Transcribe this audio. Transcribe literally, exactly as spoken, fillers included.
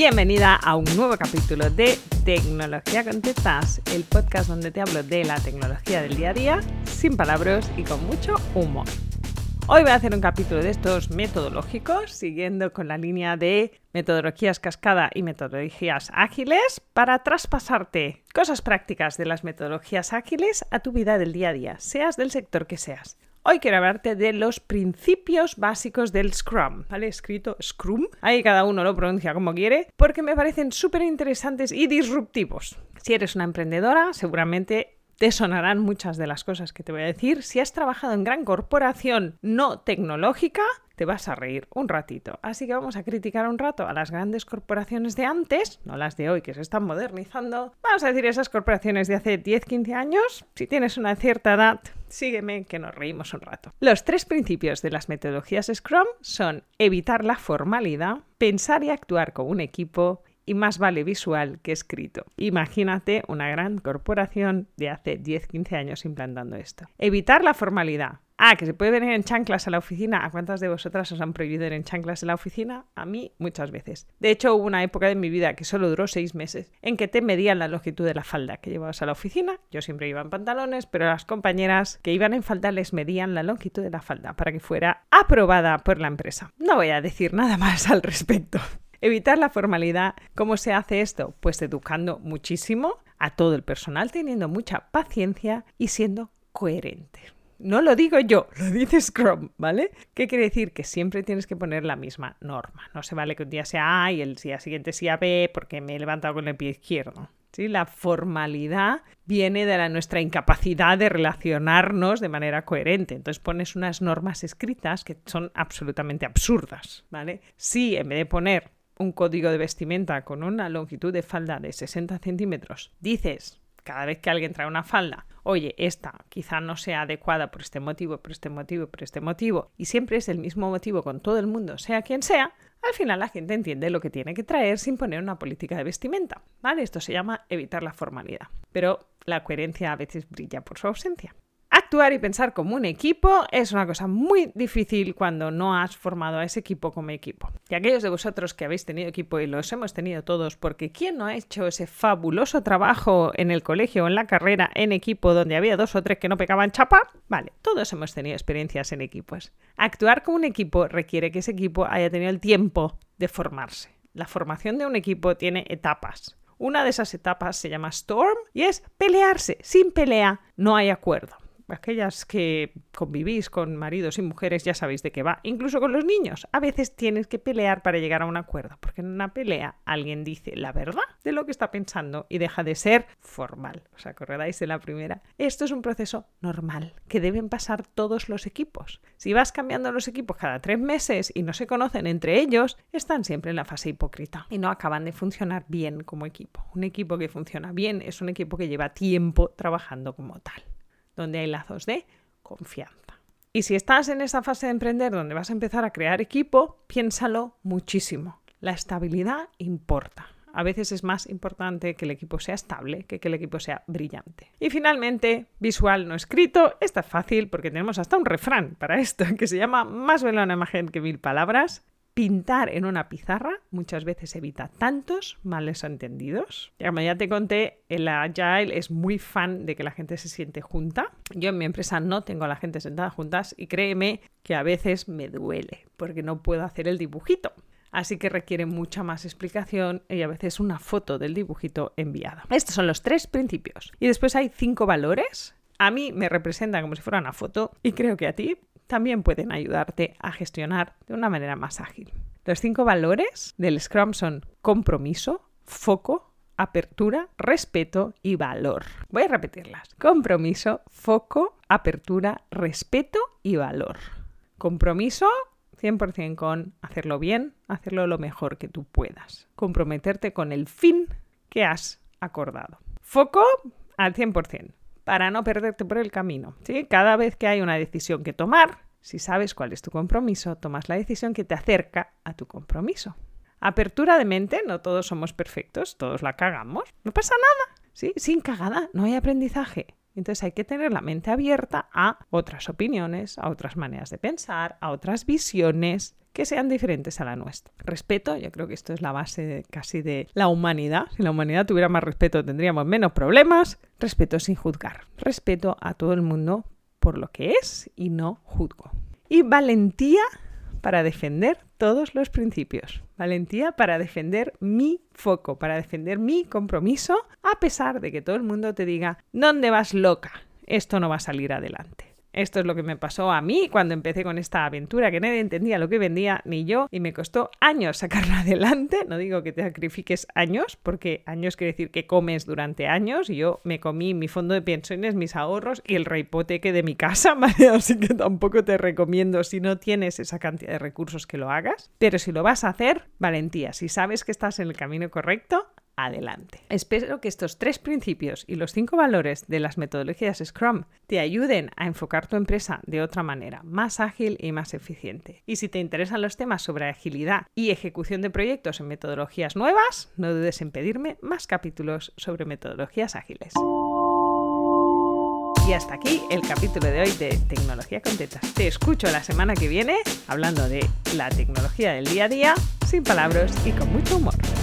Bienvenida a un nuevo capítulo de Tecnología con Tetas, el podcast donde te hablo de la tecnología del día a día, sin palabras y con mucho humor. Hoy voy a hacer un capítulo de estos metodológicos, siguiendo con la línea de metodologías cascada y metodologías ágiles, para traspasarte cosas prácticas de las metodologías ágiles a tu vida del día a día, seas del sector que seas. Hoy quiero hablarte de los principios básicos del Scrum, ¿vale? Escrito Scrum, ahí cada uno lo pronuncia como quiere, porque me parecen súper interesantes y disruptivos. Si eres una emprendedora, seguramente te sonarán muchas de las cosas que te voy a decir. Si has trabajado en gran corporación no tecnológica, te vas a reír un ratito. Así que vamos a criticar un rato a las grandes corporaciones de antes, no las de hoy que se están modernizando. Vamos a decir esas corporaciones de hace diez a quince años. Si tienes una cierta edad, sígueme que nos reímos un rato. Los tres principios de las metodologías Scrum son evitar la formalidad, pensar y actuar como un equipo y más vale visual que escrito. Imagínate una gran corporación de hace diez a quince años implantando esto. Evitar la formalidad. Ah, que se puede venir en chanclas a la oficina. ¿A cuántas de vosotras os han prohibido ir en chanclas en la oficina? A mí, muchas veces. De hecho, hubo una época de mi vida que solo duró seis meses, en que te medían la longitud de la falda que llevabas a la oficina. Yo siempre iba en pantalones, pero las compañeras que iban en falda les medían la longitud de la falda para que fuera aprobada por la empresa. No voy a decir nada más al respecto. Evitar la formalidad. ¿Cómo se hace esto? Pues educando muchísimo a todo el personal, teniendo mucha paciencia y siendo coherente. No lo digo yo, lo dice Scrum, ¿vale? ¿Qué quiere decir? Que siempre tienes que poner la misma norma. No se vale que un día sea A y el día siguiente sea B porque me he levantado con el pie izquierdo. ¿Sí? La formalidad viene de la, nuestra incapacidad de relacionarnos de manera coherente. Entonces pones unas normas escritas que son absolutamente absurdas, ¿vale? Si en vez de poner un código de vestimenta con una longitud de falda de sesenta centímetros, dices cada vez que alguien trae una falda, oye, esta quizá no sea adecuada por este motivo, por este motivo, por este motivo, y siempre es el mismo motivo con todo el mundo, sea quien sea, al final la gente entiende lo que tiene que traer sin poner una política de vestimenta, ¿vale? Esto se llama evitar la formalidad, pero la coherencia a veces brilla por su ausencia. Actuar y pensar como un equipo es una cosa muy difícil cuando no has formado a ese equipo como equipo. Y aquellos de vosotros que habéis tenido equipo, y los hemos tenido todos, porque ¿quién no ha hecho ese fabuloso trabajo en el colegio o en la carrera en equipo donde había dos o tres que no pegaban chapa? Vale, todos hemos tenido experiencias en equipos. Actuar como un equipo requiere que ese equipo haya tenido el tiempo de formarse. La formación de un equipo tiene etapas. Una de esas etapas se llama Storm y es pelearse. Sin pelea no hay acuerdo. Aquellas que convivís con maridos y mujeres ya sabéis de qué va. Incluso con los niños. A veces tienes que pelear para llegar a un acuerdo. Porque en una pelea alguien dice la verdad de lo que está pensando y deja de ser formal. ¿Os acordáis de la primera? Esto es un proceso normal que deben pasar todos los equipos. Si vas cambiando los equipos cada tres meses y no se conocen entre ellos, están siempre en la fase hipócrita y no acaban de funcionar bien como equipo. Un equipo que funciona bien es un equipo que lleva tiempo trabajando como tal, donde hay lazos de confianza. Y si estás en esa fase de emprender donde vas a empezar a crear equipo, piénsalo muchísimo. La estabilidad importa. A veces es más importante que el equipo sea estable que que el equipo sea brillante. Y finalmente, visual no escrito. Esta es fácil porque tenemos hasta un refrán para esto que se llama más vale una imagen que mil palabras. Pintar en una pizarra muchas veces evita tantos malos entendidos. Y como ya te conté, el Agile es muy fan de que la gente se siente junta. Yo en mi empresa no tengo a la gente sentada juntas y créeme que a veces me duele porque no puedo hacer el dibujito. Así que requiere mucha más explicación y a veces una foto del dibujito enviada. Estos son los tres principios. Y después hay cinco valores. A mí me representan como si fuera una foto y creo que a ti también pueden ayudarte a gestionar de una manera más ágil. Los cinco valores del Scrum son compromiso, foco, apertura, respeto y valor. Voy a repetirlas. Compromiso, foco, apertura, respeto y valor. Compromiso, cien por ciento con hacerlo bien, hacerlo lo mejor que tú puedas. Comprometerte con el fin que has acordado. Foco al cien por ciento. Para no perderte por el camino, ¿sí? Cada vez que hay una decisión que tomar, si sabes cuál es tu compromiso, tomas la decisión que te acerca a tu compromiso. Apertura de mente, no todos somos perfectos, todos la cagamos, no pasa nada, ¿sí? Sin cagada no hay aprendizaje. Entonces hay que tener la mente abierta a otras opiniones, a otras maneras de pensar, a otras visiones que sean diferentes a la nuestra. Respeto, yo creo que esto es la base de, casi de la humanidad. Si la humanidad tuviera más respeto, tendríamos menos problemas. Respeto sin juzgar. Respeto a todo el mundo por lo que es y no juzgo. Y valentía para defender todos los principios. Valentía para defender mi foco, para defender mi compromiso, a pesar de que todo el mundo te diga, ¿dónde vas, loca? Esto no va a salir adelante. Esto es lo que me pasó a mí cuando empecé con esta aventura, que nadie entendía lo que vendía, ni yo, y me costó años sacarla adelante. No digo que te sacrifiques años, porque años quiere decir que comes durante años, y yo me comí mi fondo de pensiones, mis ahorros y el rehipoteque de mi casa, ¿vale? Así que tampoco te recomiendo, si no tienes esa cantidad de recursos, que lo hagas. Pero si lo vas a hacer, valentía. Si sabes que estás en el camino correcto, adelante. Espero que estos tres principios y los cinco valores de las metodologías Scrum te ayuden a enfocar tu empresa de otra manera, más ágil y más eficiente. Y si te interesan los temas sobre agilidad y ejecución de proyectos en metodologías nuevas, no dudes en pedirme más capítulos sobre metodologías ágiles. Y hasta aquí el capítulo de hoy de Tecnología con Tetas. Te escucho la semana que viene hablando de la tecnología del día a día, sin palabras y con mucho humor.